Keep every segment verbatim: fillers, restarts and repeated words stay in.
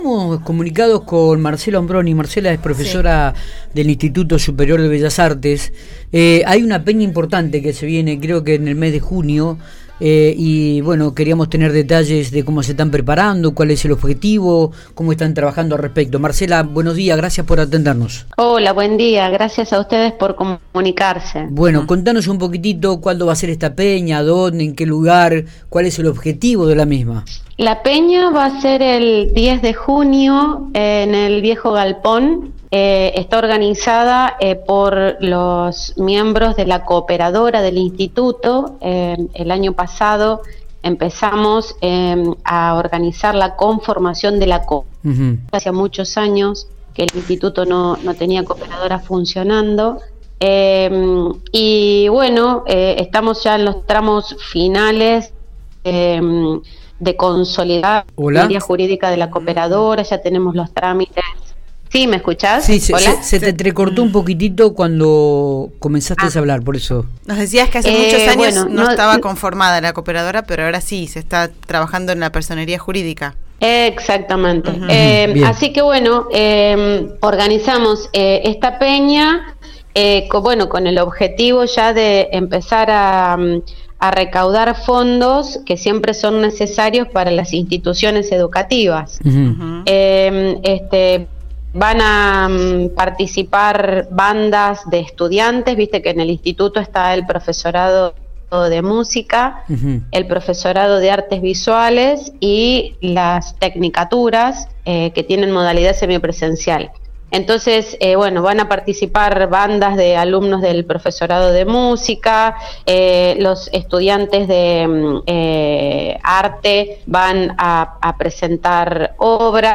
Estamos comunicados con Marcela Ombroni. Marcela es profesora sí. del Instituto Superior de Bellas Artes. Eh, hay una peña importante que se viene, creo que en el mes de junio, eh, y bueno, queríamos tener detalles de cómo se están preparando, cuál es el objetivo, cómo están trabajando al respecto. Marcela, buenos días, gracias por atendernos. Hola, buen día, gracias a ustedes por comunicarse. Bueno, contanos un poquitito cuándo va a ser esta peña, dónde, en qué lugar, cuál es el objetivo de la misma. La peña va a ser el diez de junio en el Viejo Galpón. Eh, está organizada eh, por los miembros de la cooperadora del instituto. Eh, el año pasado empezamos eh, a organizar la conformación de la co. Uh-huh. Hace muchos años que el instituto no, no tenía cooperadora funcionando. Eh, y bueno, eh, estamos ya en los tramos finales eh, de consolidar la área jurídica de la cooperadora, ya tenemos los trámites. ¿Sí, me escuchás? Sí, se, se, se te entrecortó un poquitito cuando comenzaste ah. a hablar, por eso. Nos decías que hace eh, muchos años bueno, no, no estaba conformada la cooperadora, pero ahora sí, se está trabajando en la personería jurídica. Exactamente. Uh-huh. Eh, así que bueno, eh, organizamos eh, esta peña, eh, con, bueno, con el objetivo ya de empezar a... a recaudar fondos que siempre son necesarios para las instituciones educativas. Uh-huh. Eh, este, van a um, participar bandas de estudiantes, viste que en el instituto está el profesorado de música, uh-huh. el profesorado de artes visuales y las tecnicaturas eh, que tienen modalidad semipresencial. Entonces, eh, bueno, van a participar bandas de alumnos del profesorado de música, eh, los estudiantes de eh, arte van a, a presentar obras,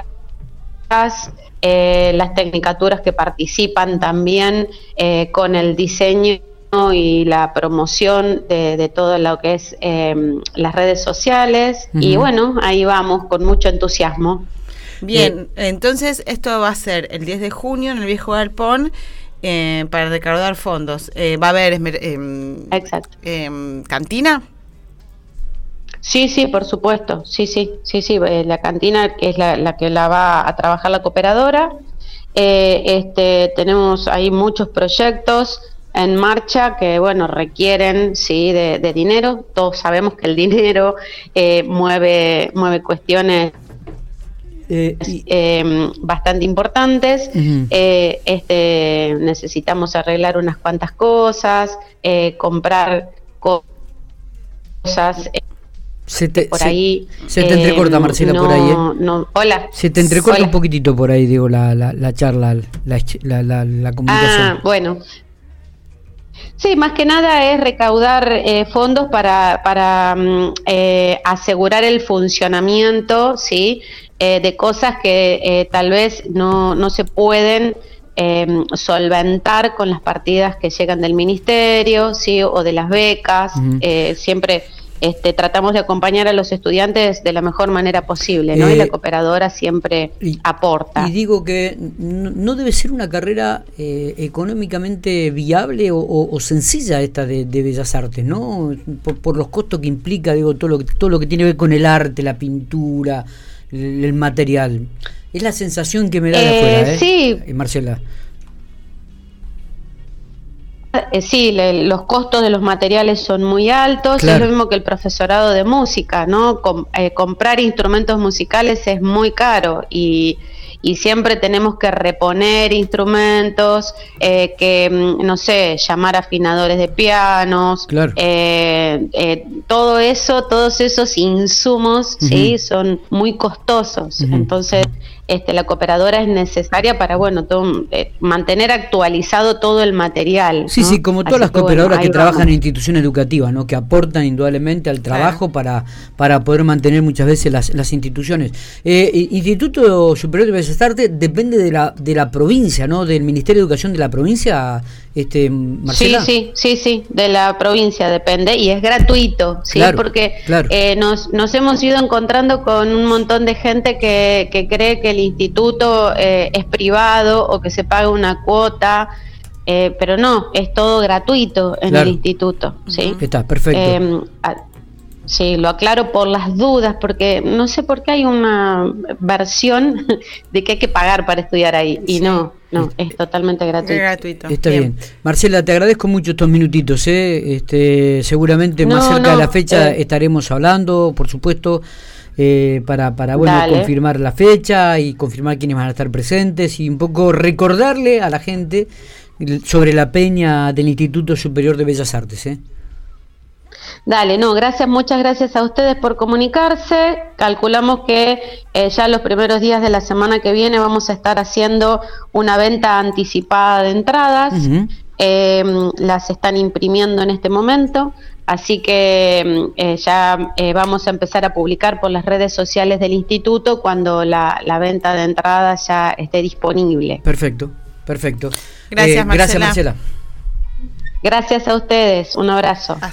eh, las tecnicaturas que participan también eh, con el diseño y la promoción de, de todo lo que es eh, las redes sociales, uh-huh. y bueno, ahí vamos con mucho entusiasmo. Bien, eh, entonces esto va a ser el diez de junio en el Viejo Galpón eh, para recaudar fondos. Eh, ¿Va a haber eh, Exacto. Eh, cantina? Sí, sí, por supuesto. Sí, sí, sí, sí. Eh, la cantina que es la, la que la va a trabajar la cooperadora. Eh, este, tenemos ahí muchos proyectos en marcha que, bueno, requieren, sí, de, de dinero. Todos sabemos que el dinero eh, mueve, mueve cuestiones Eh, eh, bastante importantes. Uh-huh. eh, este necesitamos arreglar unas cuantas cosas, eh, comprar cosas eh, se te, por se, ahí se te entrecorta, eh, Marcela, no, por ahí eh. no, hola se te entrecorta hola. un poquitito por ahí, digo, la, la, la charla, la, la, la, la comunicación. Ah, bueno. Sí, más que nada es recaudar eh, fondos para, para eh, asegurar el funcionamiento, ¿sí? Eh, de cosas que eh, tal vez no, no se pueden eh, solventar con las partidas que llegan del ministerio, ¿sí? O de las becas. Uh-huh. eh, siempre este, tratamos de acompañar a los estudiantes de la mejor manera posible, ¿no? Eh, y la cooperadora siempre y, aporta. Y digo que no, no debe ser una carrera eh, económicamente viable o, o, o sencilla esta de, de Bellas Artes, ¿no? Por, por los costos que implica, digo, todo lo, todo lo que tiene que ver con el arte, la pintura, el, el material. Es la sensación que me da de eh, afuera, ¿eh? Sí. Marcela. Eh, sí, le, los costos de los materiales son muy altos, claro. Es lo mismo que el profesorado de música, ¿no? Com, eh, comprar instrumentos musicales es muy caro y, y siempre tenemos que reponer instrumentos, eh, que, no sé, llamar afinadores de pianos, claro. eh, eh, todo eso, todos esos insumos, uh-huh. ¿sí? Son muy costosos, uh-huh. Entonces... Este, la cooperadora es necesaria para, bueno, todo, eh, mantener actualizado todo el material. Sí, ¿no? Sí, como todas Así las que, cooperadoras bueno, que trabajan vamos. en instituciones educativas, ¿no? Que aportan indudablemente al trabajo, claro. para, para poder mantener muchas veces las, las instituciones. Eh, Instituto Superior de Bellas Artes depende de la, de la provincia, ¿no? Del Ministerio de Educación de la provincia, este, Marcela. Sí, sí, sí, sí, de la provincia depende y es gratuito, ¿sí? Claro, porque claro. Eh, nos, nos hemos ido encontrando con un montón de gente que, que cree que el instituto eh, es privado o que se paga una cuota, eh, pero no, es todo gratuito en claro. el instituto, ¿sí? Está, perfecto. Eh, a, Sí, lo aclaro por las dudas, porque no sé por qué hay una versión de que hay que pagar para estudiar ahí, y sí. no, no, es totalmente gratuito. Es gratuito. Está bien. bien. Marcela, te agradezco mucho estos minutitos, ¿eh? Este, seguramente no, más cerca no, de la fecha eh, estaremos hablando, por supuesto, eh, para, para bueno, dale. confirmar la fecha y confirmar quiénes van a estar presentes y un poco recordarle a la gente sobre la peña del Instituto Superior de Bellas Artes, ¿eh? Dale, no, gracias, muchas gracias a ustedes por comunicarse. Calculamos que eh, ya los primeros días de la semana que viene vamos a estar haciendo una venta anticipada de entradas. Uh-huh. eh, las están imprimiendo en este momento, así que eh, ya eh, vamos a empezar a publicar por las redes sociales del instituto cuando la, la venta de entradas ya esté disponible. Perfecto, perfecto. Gracias, eh, Marcela. Gracias, Marcela. Gracias a ustedes, un abrazo. Hasta